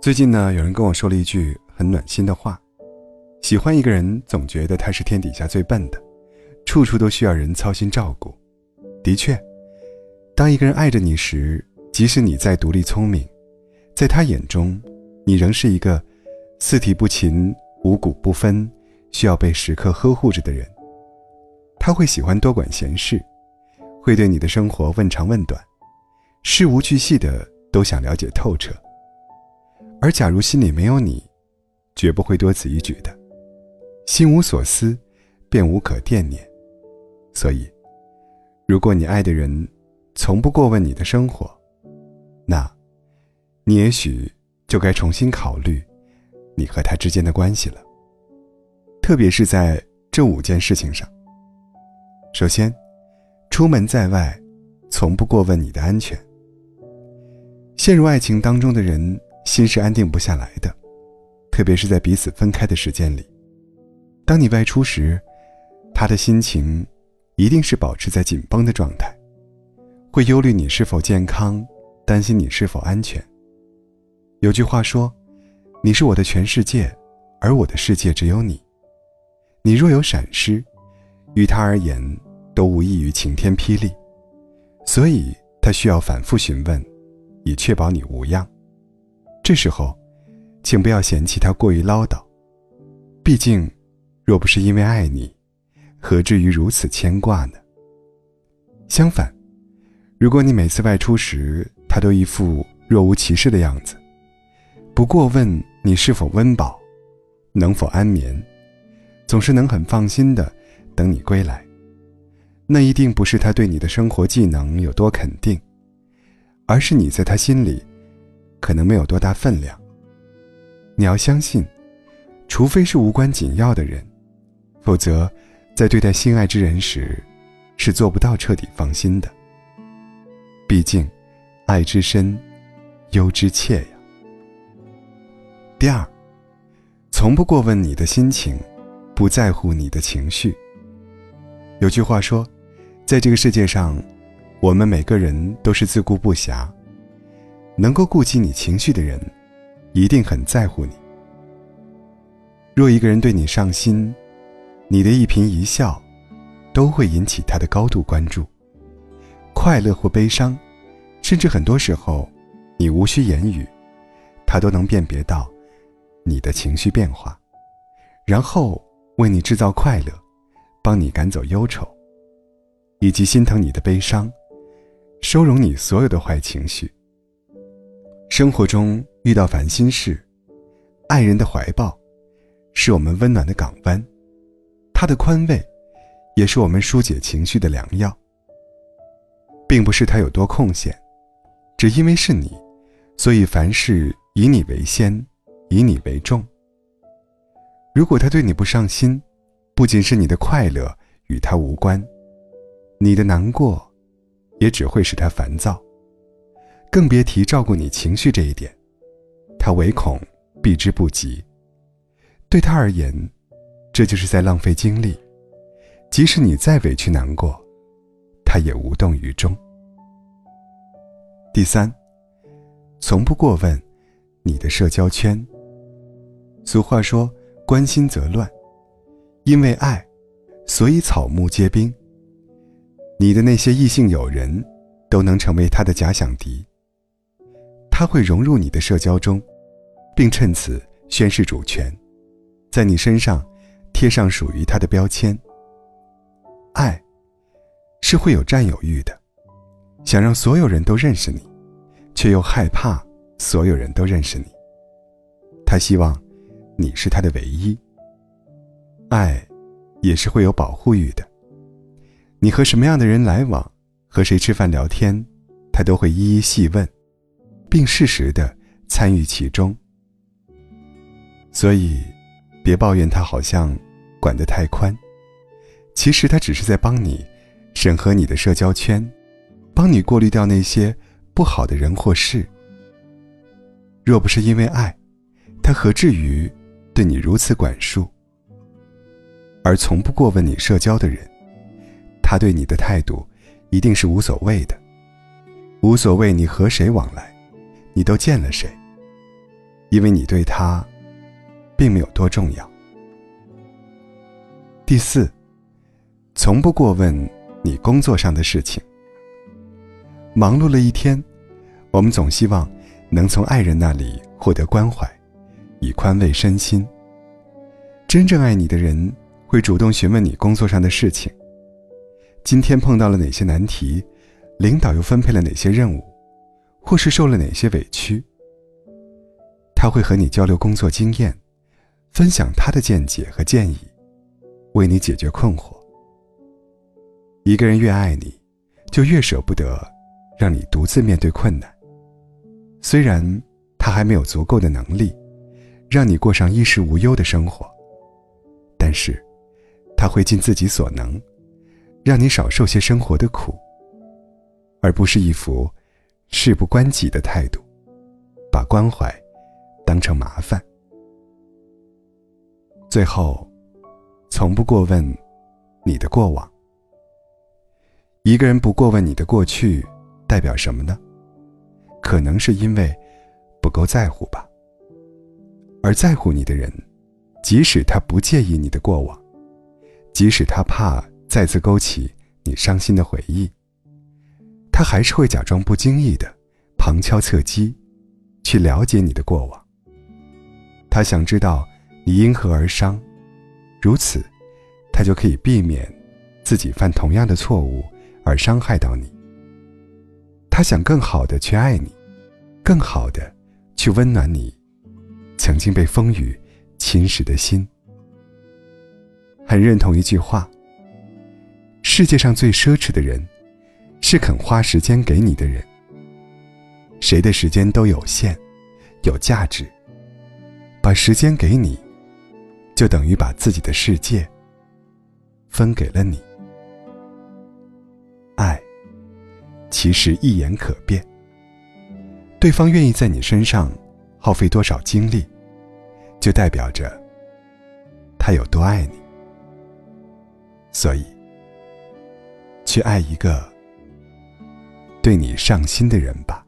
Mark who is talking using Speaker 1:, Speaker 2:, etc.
Speaker 1: 最近呢，有人跟我说了一句很暖心的话，喜欢一个人总觉得他是天底下最笨的，处处都需要人操心照顾。的确，当一个人爱着你时，即使你再独立聪明，在他眼中你仍是一个四体不勤、五谷不分，需要被时刻呵护着的人。他会喜欢多管闲事，会对你的生活问长问短，事无巨细的都想了解透彻。而假如心里没有你，绝不会多此一举的。心无所思，便无可惦念。所以，如果你爱的人从不过问你的生活，那你也许就该重新考虑你和他之间的关系了。特别是在这5件事情上。首先，出门在外，从不过问你的安全。陷入爱情当中的人，心是安定不下来的，特别是在彼此分开的时间里。当你外出时，他的心情一定是保持在紧绷的状态，会忧虑你是否健康，担心你是否安全。有句话说，你是我的全世界，而我的世界只有你。你若有闪失，于他而言都无异于晴天霹雳，所以他需要反复询问，以确保你无恙。这时候，请不要嫌弃他过于唠叨，毕竟若不是因为爱你，何至于如此牵挂呢？相反，如果你每次外出时，他都一副若无其事的样子，不过问你是否温饱，能否安眠，总是能很放心的等你归来，那一定不是他对你的生活技能有多肯定，而是你在他心里可能没有多大分量。你要相信，除非是无关紧要的人，否则在对待心爱之人时是做不到彻底放心的。毕竟爱之深，忧之切呀。第二，从不过问你的心情，不在乎你的情绪。有句话说，在这个世界上，我们每个人都是自顾不暇，能够顾及你情绪的人，一定很在乎你。若一个人对你上心，你的一颦一笑都会引起他的高度关注。快乐或悲伤，甚至很多时候你无需言语，他都能辨别到你的情绪变化，然后为你制造快乐，帮你赶走忧愁，以及心疼你的悲伤，收容你所有的坏情绪。生活中遇到烦心事，爱人的怀抱是我们温暖的港湾，他的宽慰也是我们疏解情绪的良药。并不是他有多空闲，只因为是你，所以凡事以你为先，以你为重。如果他对你不上心，不仅是你的快乐与他无关，你的难过也只会使他烦躁，更别提照顾你情绪这一点，他唯恐避之不及。对他而言，这就是在浪费精力，即使你再委屈难过，他也无动于衷。第三，从不过问你的社交圈。俗话说，关心则乱，因为爱，所以草木皆兵。你的那些异性友人都能成为他的假想敌，他会融入你的社交中，并趁此宣示主权，在你身上贴上属于他的标签。爱是会有占有欲的，想让所有人都认识你，却又害怕所有人都认识你。他希望你是他的唯一。爱也是会有保护欲的，你和什么样的人来往，和谁吃饭聊天，他都会一一细问，并适时地参与其中。所以别抱怨他好像管得太宽，其实他只是在帮你审核你的社交圈，帮你过滤掉那些不好的人或事。若不是因为爱，他何至于对你如此管束？而从不过问你社交的人，他对你的态度一定是无所谓的，无所谓你和谁往来，你都见了谁。 因为你对他并没有多重要。第四，从不过问你工作上的事情。忙碌了一天，我们总希望能从爱人那里获得关怀，以宽慰身心。真正爱你的人会主动询问你工作上的事情，今天碰到了哪些难题，领导又分配了哪些任务，或是受了哪些委屈。他会和你交流工作经验，分享他的见解和建议，为你解决困惑。一个人越爱你，就越舍不得让你独自面对困难。虽然他还没有足够的能力让你过上衣食无忧的生活，但是他会尽自己所能让你少受些生活的苦，而不是一副事不关己的态度，把关怀当成麻烦。最后，从不过问你的过往。一个人不过问你的过去，代表什么呢？可能是因为不够在乎吧。而在乎你的人，即使他不介意你的过往，即使他怕再次勾起你伤心的回忆，他还是会假装不经意的旁敲侧击去了解你的过往。他想知道你因何而伤，如此他就可以避免自己犯同样的错误而伤害到你。他想更好的去爱你，更好的去温暖你曾经被风雨侵蚀的心。很认同一句话，世界上最奢侈的人是肯花时间给你的人。谁的时间都有限，有价值，把时间给你，就等于把自己的世界分给了你。爱其实一眼可辨，对方愿意在你身上耗费多少精力，就代表着他有多爱你。所以，去爱一个对你上心的人吧。